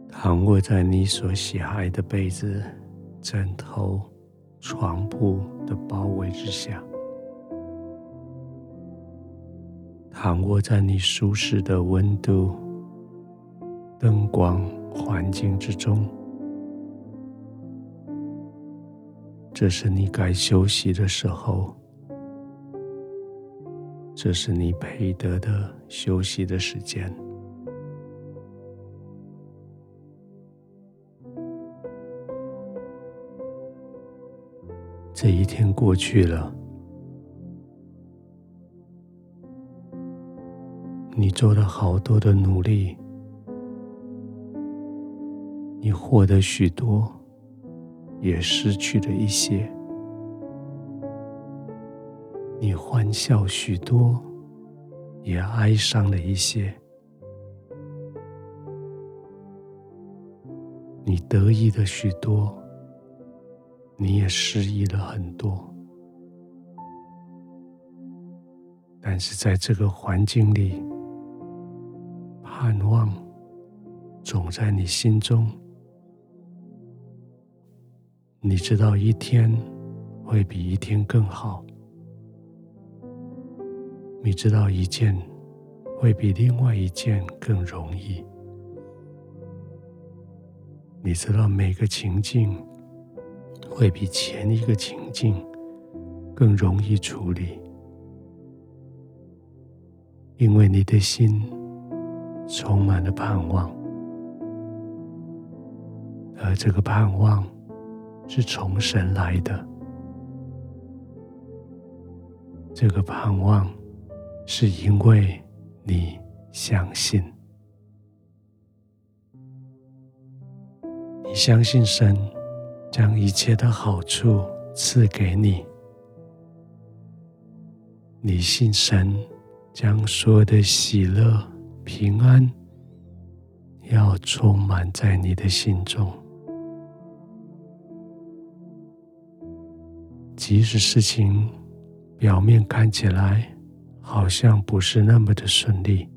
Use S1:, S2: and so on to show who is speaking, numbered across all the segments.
S1: 躺卧在你所喜爱的被子、枕头、床铺的包围之下，躺卧在你舒适的温度、灯光环境之中。这是你该休息的时候，这是你配得的休息的时间。这一天过去了，你做了好多的努力，你获得许多，也失去了一些。你欢笑许多，也哀伤了一些。你得意的许多，你也失意了很多。但是在这个环境里，盼望总在你心中。你知道一天会比一天更好，你知道一件会比另外一件更容易，你知道每个情境会比前一个情境更容易处理，因为你的心充满了盼望，而这个盼望是从神来的。这个盼望是因为你相信，你相信神将一切的好处赐给你，你信神将所有的喜乐、平安要充满在你的心中。即使事情表面看起来好像不是那么的顺利，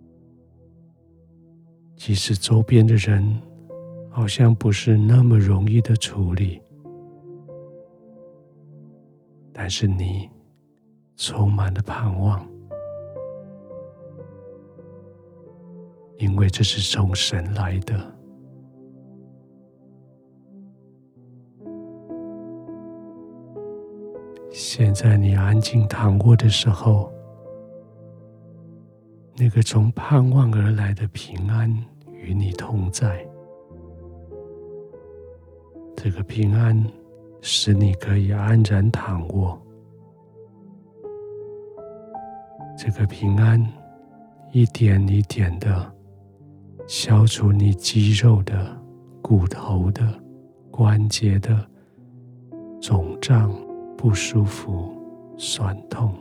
S1: 即使周边的人好像不是那么容易的处理，但是你充满了盼望，因为这是从神来的。现在你安静躺卧的时候，那个从盼望而来的平安与你同在。这个平安使你可以安然躺卧，这个平安一点一点的消除你肌肉的、骨头的、关节的肿胀、不舒服、酸痛。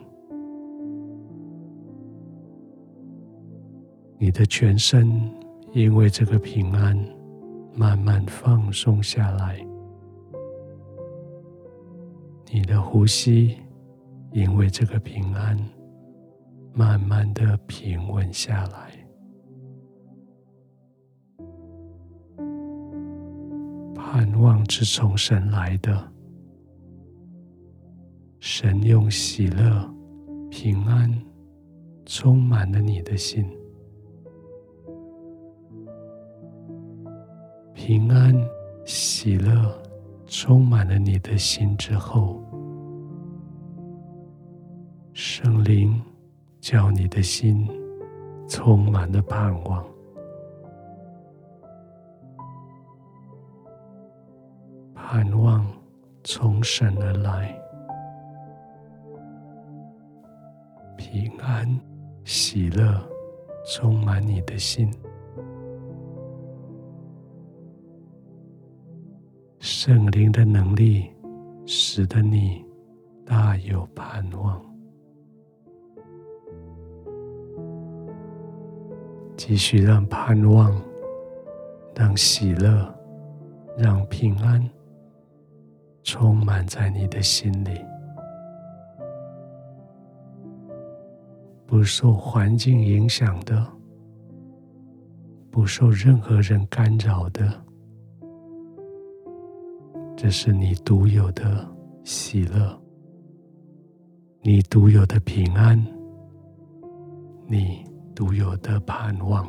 S1: 你的全身因为这个平安慢慢放松下来，你的呼吸因为这个平安慢慢的平稳下来。盼望是从神来的，神用喜乐、平安充满了你的心。平安、喜乐充满了你的心之后，圣灵叫你的心充满了盼望。盼望从神而来，平安、喜乐充满你的心。圣灵的能力使得你大有盼望。继续让盼望、让喜乐、让平安充满在你的心里，不受环境影响的， 不受任何人干扰的。这是你独有的喜乐，你独有的平安，你独有的盼望。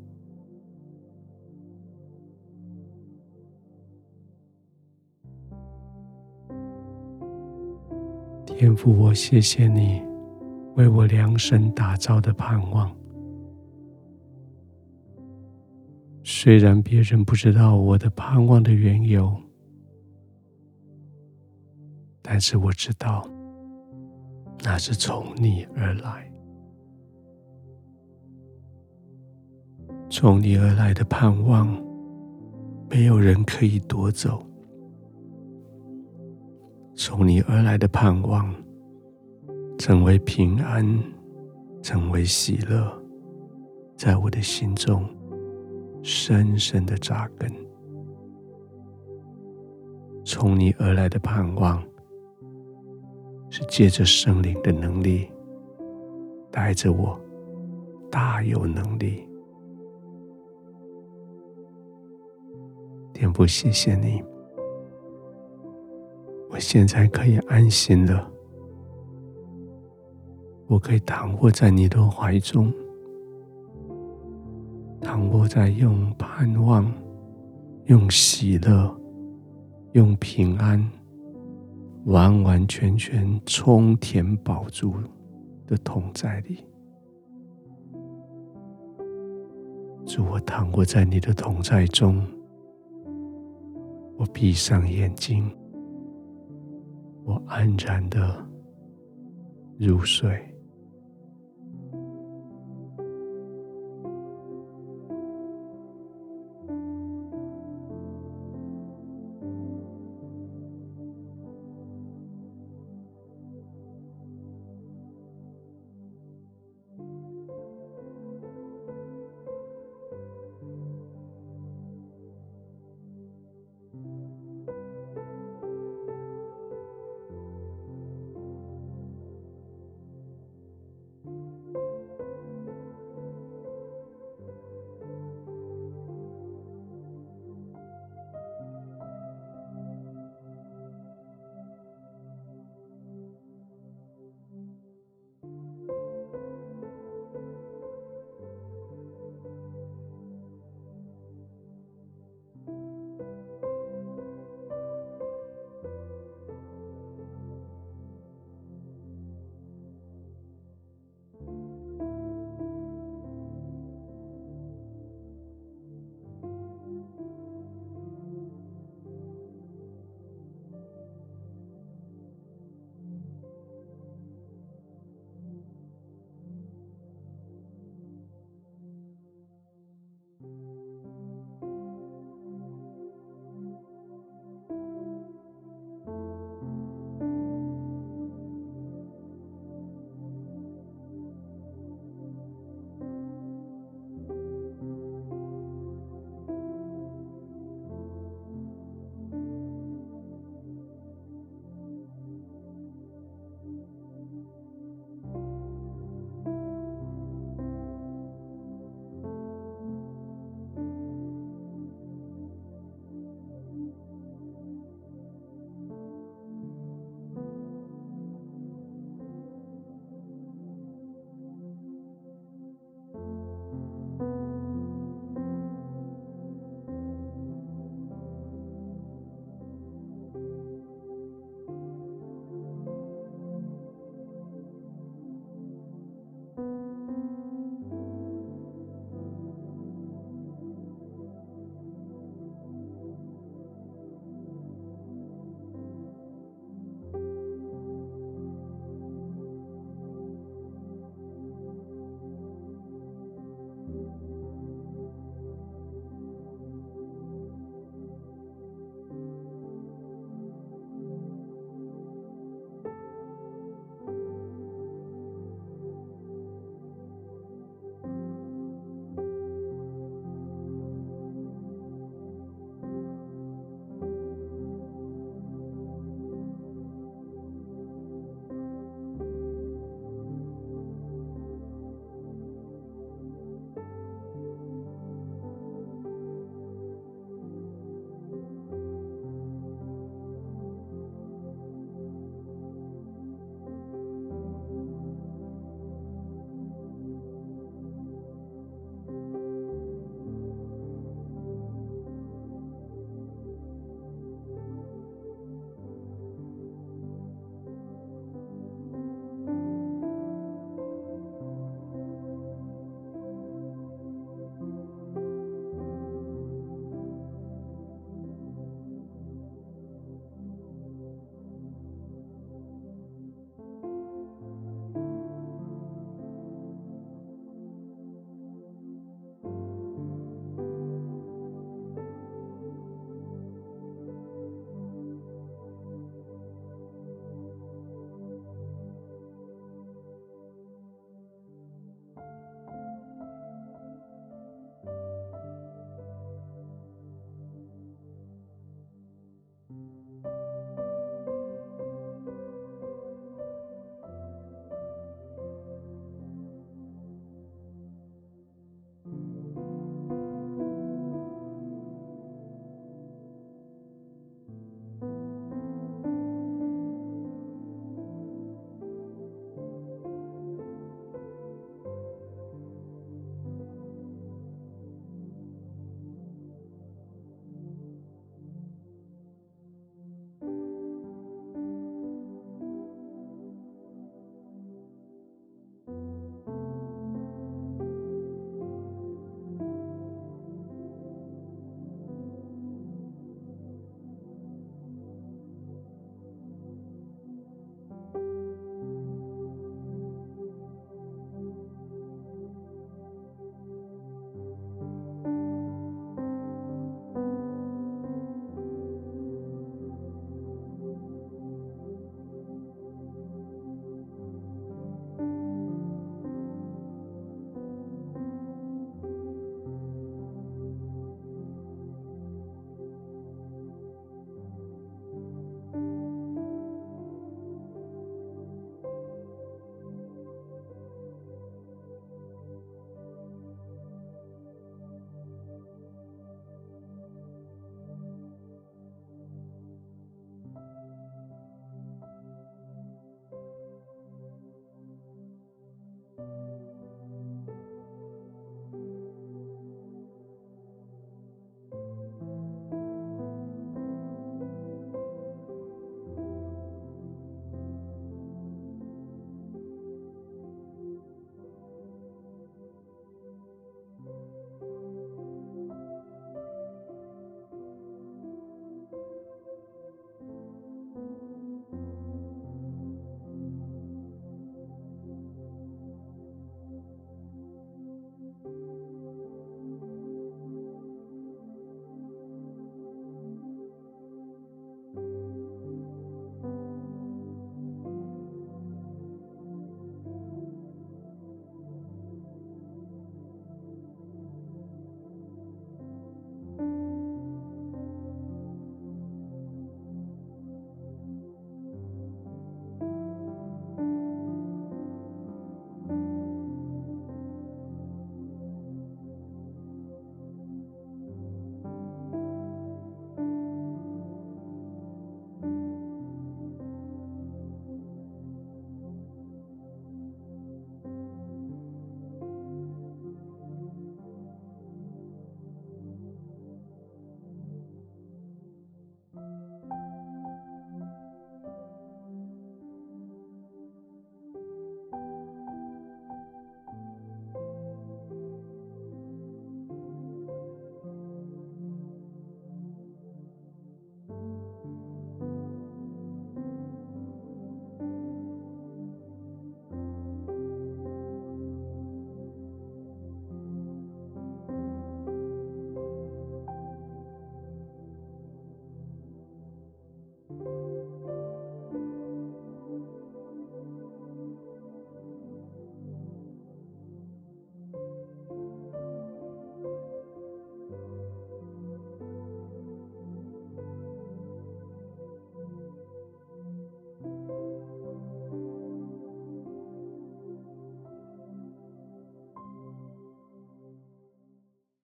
S1: 天父，我谢谢你为我量身打造的盼望。虽然别人不知道我的盼望的缘由，但是我知道那是从你而来。从你而来的盼望，没有人可以夺走。从你而来的盼望，成为平安，成为喜乐，在我的心中深深的扎根。从你而来的盼望，是借着圣灵的能力，带着我大有能力。天父，谢谢你，我现在可以安心了，我可以躺卧在你的怀中，躺卧在用盼望、用喜乐、用平安完完全全充填饱足的同在里。主，我躺卧在你的同在中，我闭上眼睛，我安然的入睡。